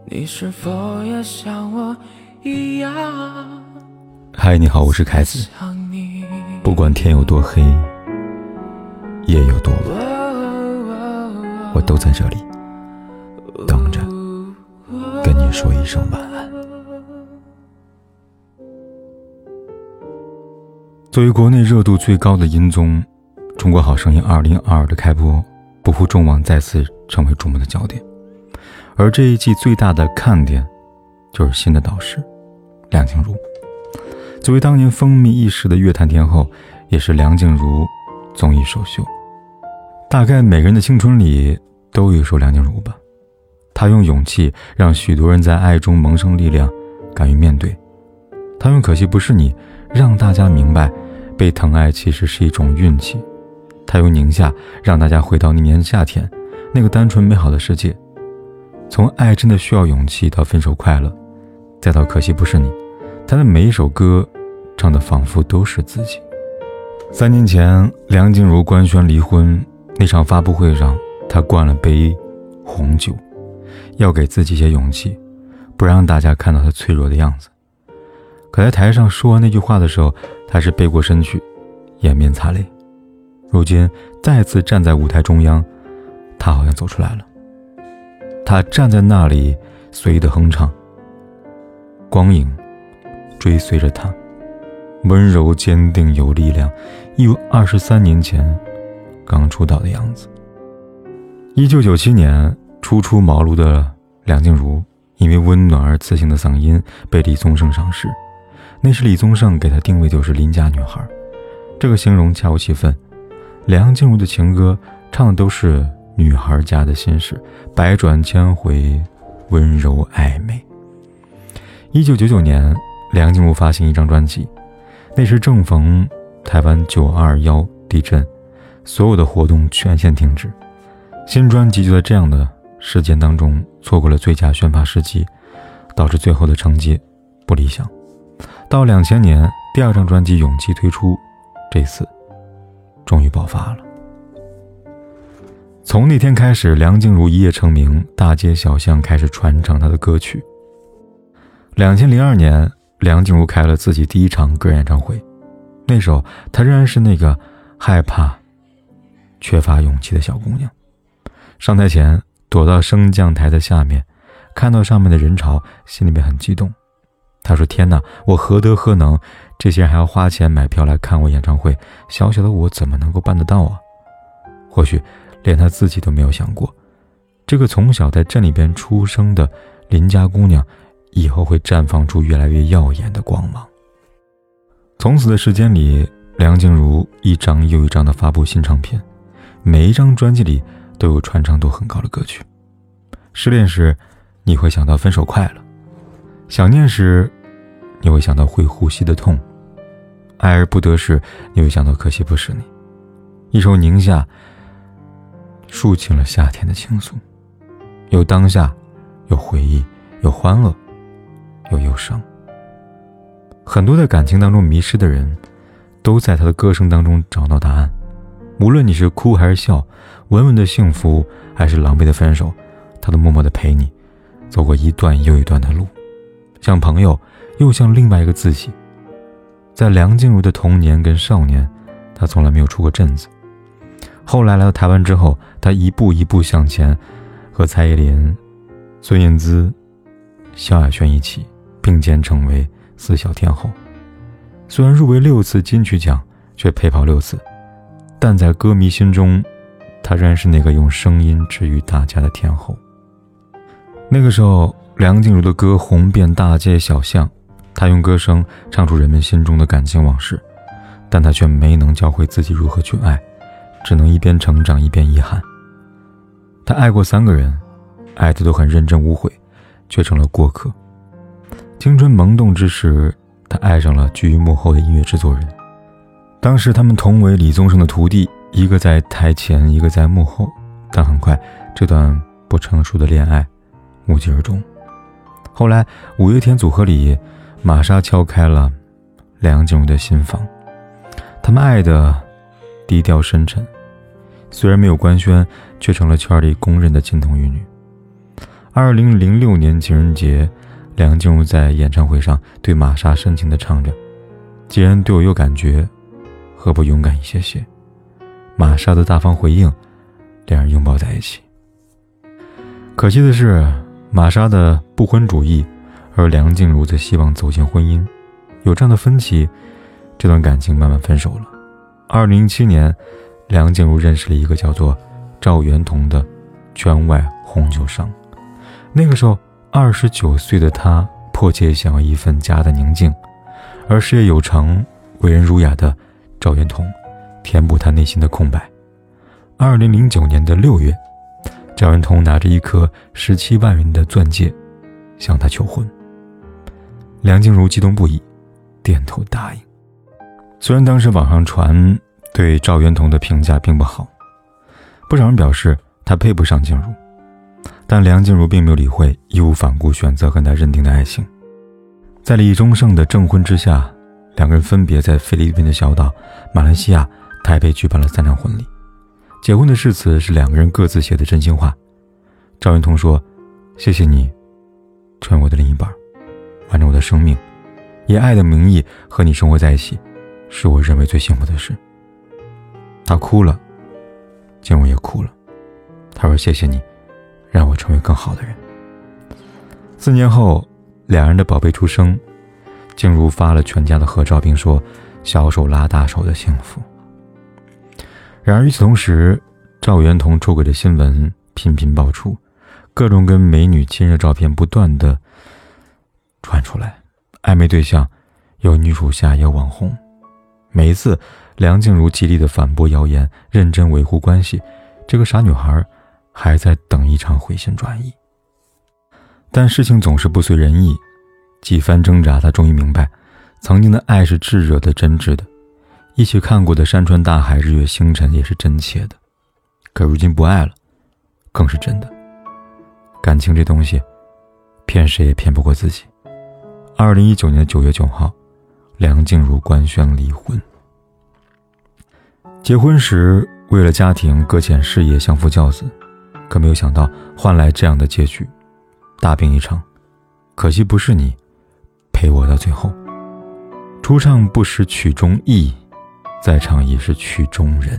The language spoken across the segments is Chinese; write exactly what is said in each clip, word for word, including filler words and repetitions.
你是否也像我一样？ 嗨，你好，我是凯子。不管天有多黑，夜有多晚，我都在这里等着跟你说一声晚安。作为国内热度最高的音综《中国好声音二零二二》的开播，不负众望，再次成为瞩目的焦点。而这一季最大的看点就是新的导师梁静茹。作为当年风靡一时的乐坛天后，也是梁静茹综艺首秀。大概每个人的青春里都有一首梁静茹吧，她用勇气让许多人在爱中萌生力量，敢于面对。她用可惜不是你让大家明白被疼爱其实是一种运气。她用宁夏让大家回到那年夏天，那个单纯美好的世界。从爱真的需要勇气到分手快乐，再到可惜不是你，她的每一首歌唱的仿佛都是自己。三年前梁静茹官宣离婚，那场发布会上她灌了杯红酒，要给自己些勇气，不让大家看到她脆弱的样子。可在台上说完那句话的时候，她是背过身去掩面擦泪。如今再次站在舞台中央，她好像走出来了。他站在那里随意的哼唱，光影追随着他，温柔坚定有力量，一如二十三年前刚出道的样子。一九九七年初出茅庐的梁静茹，因为温暖而磁性的嗓音被李宗盛赏识。那时李宗盛给她定位就是邻家女孩，这个形容恰如其分。梁静茹的情歌唱的都是女孩家的心事，百转千回，温柔暧昧。一九九九年梁静茹发行一张专辑，那时正逢台湾九二一地震，所有的活动全线停止。新专辑就在这样的事件当中错过了最佳宣发时机，导致最后的成绩不理想。到两千年第二张专辑勇气推出，这次终于爆发了。从那天开始，梁静茹一夜成名，大街小巷开始传唱她的歌曲。两千零二年梁静茹开了自己第一场个人演唱会，那时候她仍然是那个害怕缺乏勇气的小姑娘。上台前躲到升降台的下面，看到上面的人潮，心里面很激动。她说，天哪，我何德何能，这些人还要花钱买票来看我演唱会，小小的我怎么能够办得到啊？或许连她自己都没有想过，这个从小在镇里边出生的邻家姑娘，以后会绽放出越来越耀眼的光芒。从此的时间里，梁静茹一张又一张的发布新唱片，每一张专辑里都有传唱度很高的歌曲。失恋时你会想到分手快乐，想念时你会想到会呼吸的痛，爱而不得时你会想到可惜不是你。一首宁夏抒情了夏天的情愫，有当下，有回忆，有欢乐，有忧伤。很多在感情当中迷失的人，都在他的歌声当中找到答案。无论你是哭还是笑，稳稳的幸福还是狼狈的分手，他都默默地陪你走过一段又一段的路，像朋友，又像另外一个自己。在梁静茹的童年跟少年，他从来没有出过阵子。后来来到台湾之后，他一步一步向前，和蔡依林、孙燕姿、萧亚轩一起并肩成为四小天后。虽然入围六次金曲奖，却陪跑六次，但在歌迷心中，她仍然是那个用声音治愈大家的天后。那个时候，梁静茹的歌红遍大街小巷，她用歌声唱出人们心中的感情往事，但她却没能教会自己如何去爱，只能一边成长一边遗憾。他爱过三个人，爱的都很认真无悔，却成了过客。青春萌动之时，他爱上了居于幕后的音乐制作人。当时他们同为李宗盛的徒弟，一个在台前，一个在幕后，但很快这段不成熟的恋爱无疾而终。后来五月天组合里，玛莎敲开了梁静茹的心房，他们爱的低调深沉，虽然没有官宣，却成了圈里公认的金童玉女。 二零零六年情人节，梁静茹在演唱会上对玛莎深情地唱着：既然对我有感觉，何不勇敢一些些？玛莎的大方回应，两人拥抱在一起。可惜的是，玛莎的不婚主义，而梁静茹则希望走进婚姻。有这样的分歧，这段感情慢慢分手了。二零零七年，梁静茹认识了一个叫做赵元同的圈外红酒商。那个时候二十九岁的他迫切想要一份家的宁静，而事业有成为人儒雅的赵元同填补他内心的空白。二零零九年的六月，赵元同拿着一颗十七万元的钻戒向他求婚。梁静茹激动不已，点头答应。虽然当时网上传对赵元同的评价并不好，不少人表示他配不上静茹，但梁静茹并没有理会，义无反顾选择和他认定的爱情。在李宗盛的证婚之下，两个人分别在菲律宾的小岛、马来西亚、台北举办了三场婚礼。结婚的誓词是两个人各自写的真心话。赵元同说：谢谢你成为我的另一半，完成我的生命，以爱的名义和你生活在一起，是我认为最幸福的事。他哭了，静茹也哭了。他说：谢谢你让我成为更好的人。四年后，两人的宝贝出生，静茹发了全家的合照，并说小手拉大手的幸福。然而与此同时，赵元同出轨的新闻频频爆出，各种跟美女亲热照片不断的传出来，暧昧对象有女属下也有网红。每一次梁静茹极力的反驳谣言，认真维护关系，这个傻女孩还在等一场回心转意。但事情总是不随人意，几番挣扎，她终于明白，曾经的爱是炙热的、真挚的，一起看过的山川大海、日月星辰也是真切的。可如今不爱了，更是真的。感情这东西，骗谁也骗不过自己。二零一九年的九月九号，梁静茹官宣离婚。结婚时为了家庭搁浅事业，相夫教子，可没有想到换来这样的结局，大病一场。可惜不是你陪我到最后。初唱不识曲中意，再唱已是曲中人。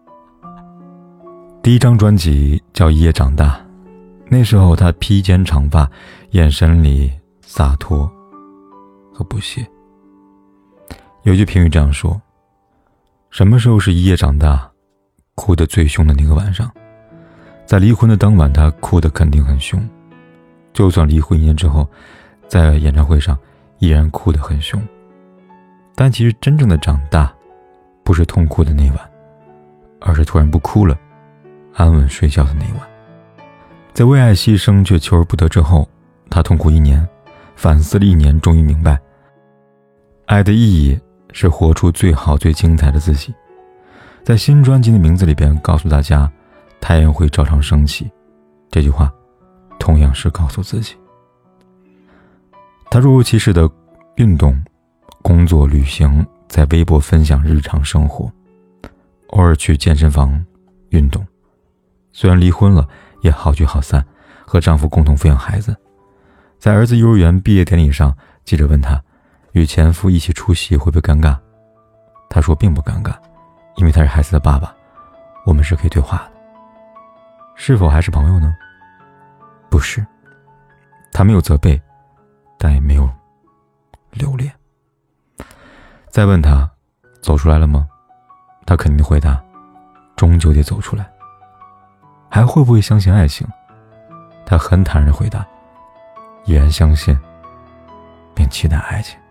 第一张专辑叫《一夜长大》，那时候他披肩长发，眼神里洒脱和不屑。有句评语这样说：什么时候是一夜长大？哭得最凶的那个晚上。在离婚的当晚，他哭得肯定很凶，就算离婚一年之后，在演唱会上依然哭得很凶。但其实真正的长大，不是痛哭的那晚，而是突然不哭了，安稳睡觉的那晚。在为爱牺牲却求而不得之后，他痛苦一年，反思了一年，终于明白，爱的意义是活出最好最精彩的自己。在新专辑的名字里边告诉大家，太阳会照常升起，这句话同样是告诉自己。他若无其事的运动、工作、旅行，在微博分享日常生活，偶尔去健身房运动。虽然离婚了，也好聚好散，和丈夫共同抚养孩子。在儿子幼儿园毕业典礼上，记者问他，与前夫一起出席会不会尴尬？他说并不尴尬，因为他是孩子的爸爸，我们是可以对话的。是否还是朋友呢？不是。他没有责备，但也没有留恋。再问他走出来了吗？他肯定的回答，终究得走出来。还会不会相信爱情？他很坦然地回答，依然相信并期待爱情。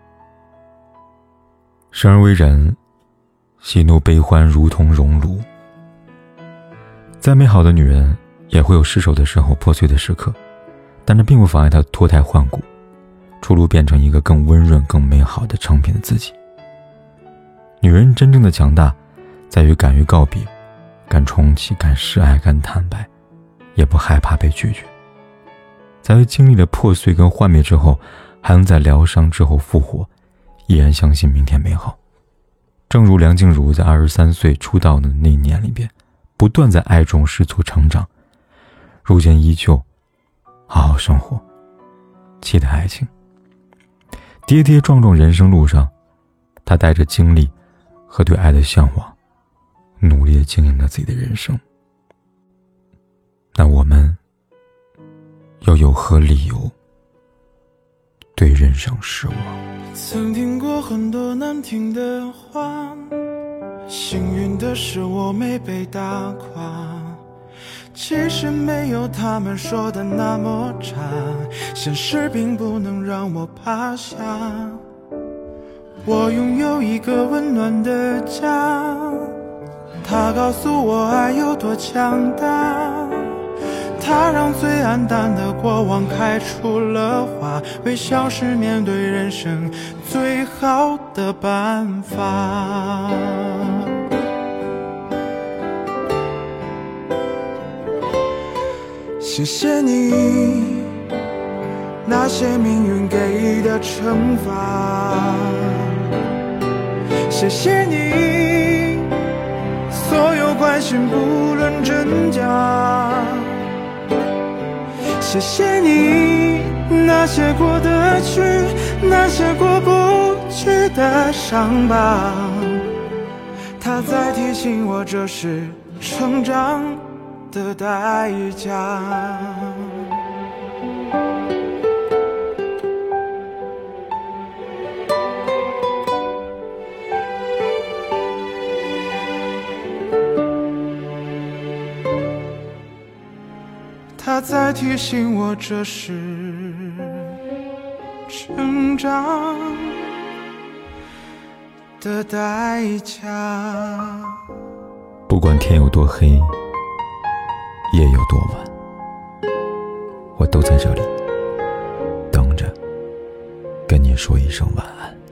生而为人，喜怒悲欢如同熔炉。再美好的女人也会有失手的时候，破碎的时刻，但这并不妨碍她脱胎换骨，出路变成一个更温润更美好的成品的自己。女人真正的强大在于敢于告别，敢重启，敢示爱，敢坦白，也不害怕被拒绝。在于经历了破碎跟幻灭之后，还能在疗伤之后复活，依然相信明天美好。正如梁静茹在二十三岁出道的那年里边，不断在爱中试图成长，如今依旧好好生活，期待爱情。跌跌撞撞人生路上，他带着经历和对爱的向往，努力地经营着自己的人生。那我们又有何理由对人生失望？ 曾听过很多难听的话，幸运的是我没被打垮，其实没有他们说的那么差，现实并不能让我趴下。我拥有一个温暖的家，它告诉我爱有多强大，它让最黯淡的过往开出了花，微笑是面对人生最好的办法。谢谢你那些命运给的惩罚，谢谢你所有关心不论真假，谢谢你那些过得去那些过不去的伤疤，它在提醒我这是成长的代价。它在提醒我这是成长的代价。 不管天有多黑，夜有多晚，我都在这里等着跟你说一声晚安。